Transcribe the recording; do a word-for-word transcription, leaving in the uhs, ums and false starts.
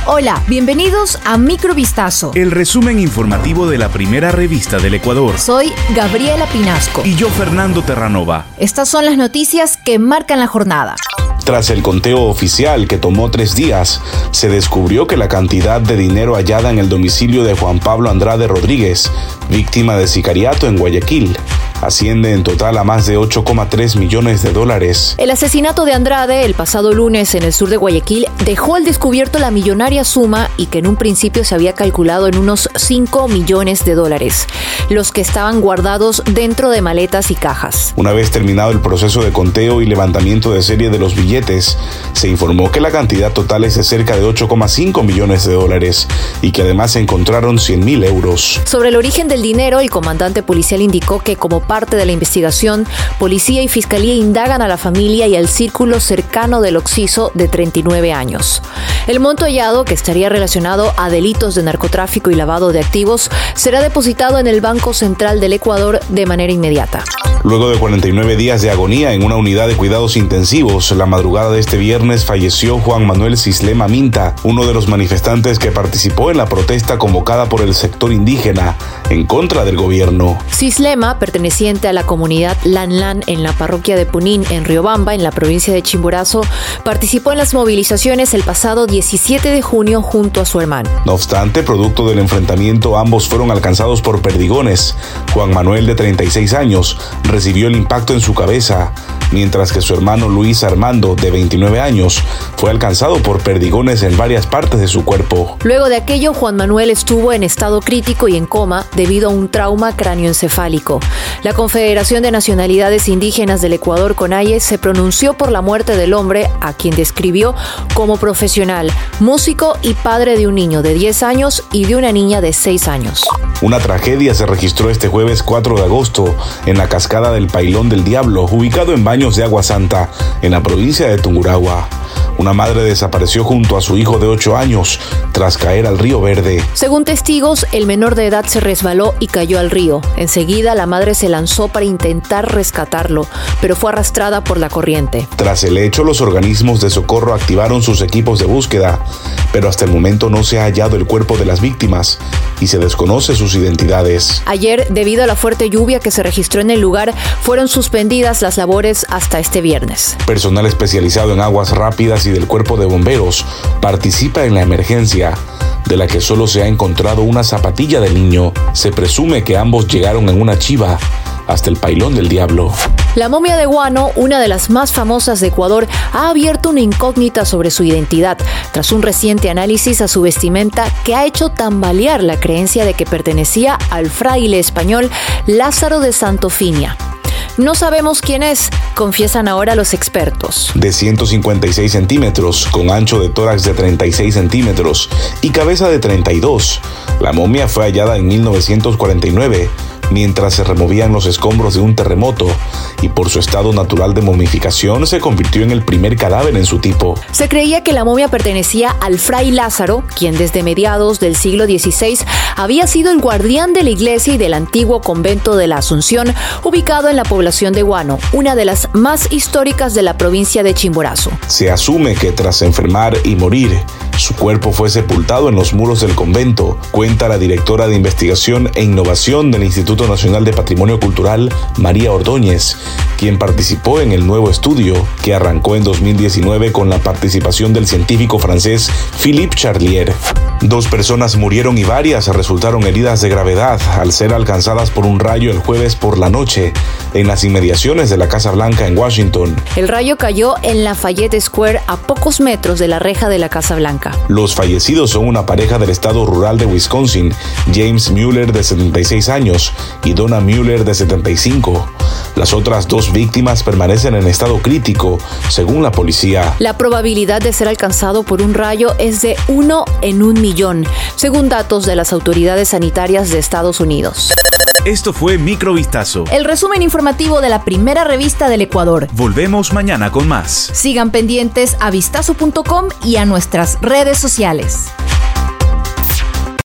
Hola, bienvenidos a Microvistazo, el resumen informativo de la primera revista del Ecuador. Soy Gabriela Pinasco. Y yo, Fernando Terranova. Estas son las noticias que marcan la jornada. Tras el conteo oficial que tomó tres días, se descubrió que la cantidad de dinero hallada en el domicilio de Juan Pablo Andrade Rodríguez, víctima de sicariato en Guayaquil, asciende en total a más de ocho coma tres millones de dólares. El asesinato de Andrade el pasado lunes en el sur de Guayaquil dejó al descubierto la millonaria suma y que en un principio se había calculado en unos cinco millones de dólares, los que estaban guardados dentro de maletas y cajas. Una vez terminado el proceso de conteo y levantamiento de serie de los billetes, se informó que la cantidad total es de cerca de ocho coma cinco millones de dólares y que además se encontraron cien mil euros. Sobre el origen del dinero, el comandante policial indicó que como parte de la investigación, policía y fiscalía indagan a la familia y al círculo cercano del occiso de treinta y nueve años. El monto hallado, que estaría relacionado a delitos de narcotráfico y lavado de activos, será depositado en el Banco Central del Ecuador de manera inmediata. Luego de cuarenta y nueve días de agonía en una unidad de cuidados intensivos, la madrugada de este viernes falleció Juan Manuel Cislema Minta, uno de los manifestantes que participó en la protesta convocada por el sector indígena en contra del gobierno. Cislema, perteneciente a la comunidad Lanlan en la parroquia de Punín, en Riobamba, en la provincia de Chimborazo, participó en las movilizaciones el pasado diecisiete de junio junto a su hermano. No obstante, producto del enfrentamiento, ambos fueron alcanzados por perdigones. Juan Manuel, de treinta y seis años, recibió el impacto en su cabeza, mientras que su hermano Luis Armando, de veintinueve años, fue alcanzado por perdigones en varias partes de su cuerpo. Luego de aquello, Juan Manuel estuvo en estado crítico y en coma debido a un trauma cráneoencefálico. La Confederación de Nacionalidades Indígenas del Ecuador, CONAIE, se pronunció por la muerte del hombre, a quien describió como profesional, músico y padre de un niño de diez años y de una niña de seis años. Una tragedia se registró este jueves cuatro de agosto en la cascada del Pailón del Diablo, ubicado en Baños de Agua Santa, en la provincia de Tungurahua. Una madre desapareció junto a su hijo de ocho años tras caer al río Verde. Según testigos, el menor de edad se resbaló y cayó al río. Enseguida, la madre se lanzó para intentar rescatarlo, pero fue arrastrada por la corriente. Tras el hecho, los organismos de socorro activaron sus equipos de búsqueda, pero hasta el momento no se ha hallado el cuerpo de las víctimas y se desconoce sus identidades. Ayer, debido a la fuerte lluvia que se registró en el lugar, fueron suspendidas las labores hasta este viernes. Personal especializado en aguas rápidas y del Cuerpo de Bomberos participa en la emergencia, de la que solo se ha encontrado una zapatilla del niño. Se presume que ambos llegaron en una chiva hasta el Pailón del Diablo. La momia de Guano, una de las más famosas de Ecuador, ha abierto una incógnita sobre su identidad, tras un reciente análisis a su vestimenta que ha hecho tambalear la creencia de que pertenecía al fraile español Lázaro de Santofinia. No sabemos quién es, confiesan ahora los expertos. De ciento cincuenta y seis centímetros, con ancho de tórax de treinta y seis centímetros y cabeza de treinta y dos, la momia fue hallada en mil novecientos cuarenta y nueve, mientras se removían los escombros de un terremoto, y por su estado natural de momificación se convirtió en el primer cadáver en su tipo. Se creía que la momia pertenecía al fray Lázaro, quien desde mediados del siglo dieciséis había sido el guardián de la iglesia y del antiguo convento de la Asunción, ubicado en la población de Guano, una de las más históricas de la provincia de Chimborazo. Se asume que tras enfermar y morir, su cuerpo fue sepultado en los muros del convento, cuenta la directora de Investigación e Innovación del Instituto Nacional de Patrimonio Cultural, María Ordóñez, quien participó en el nuevo estudio, que arrancó en dos mil diecinueve con la participación del científico francés Philippe Charlier. Dos personas murieron y varias resultaron heridas de gravedad al ser alcanzadas por un rayo el jueves por la noche en las inmediaciones de la Casa Blanca en Washington. El rayo cayó en Lafayette Square, a pocos metros de la reja de la Casa Blanca. Los fallecidos son una pareja del estado rural de Wisconsin, James Mueller, de setenta y seis años, y Donna Mueller, de setenta y cinco. Las otras dos víctimas permanecen en estado crítico, según la policía. La probabilidad de ser alcanzado por un rayo es de uno en un millón, según datos de las autoridades sanitarias de Estados Unidos. Esto fue Microvistazo, el resumen informativo de la primera revista del Ecuador. Volvemos mañana con más. Sigan pendientes a vistazo punto com y a nuestras redes sociales.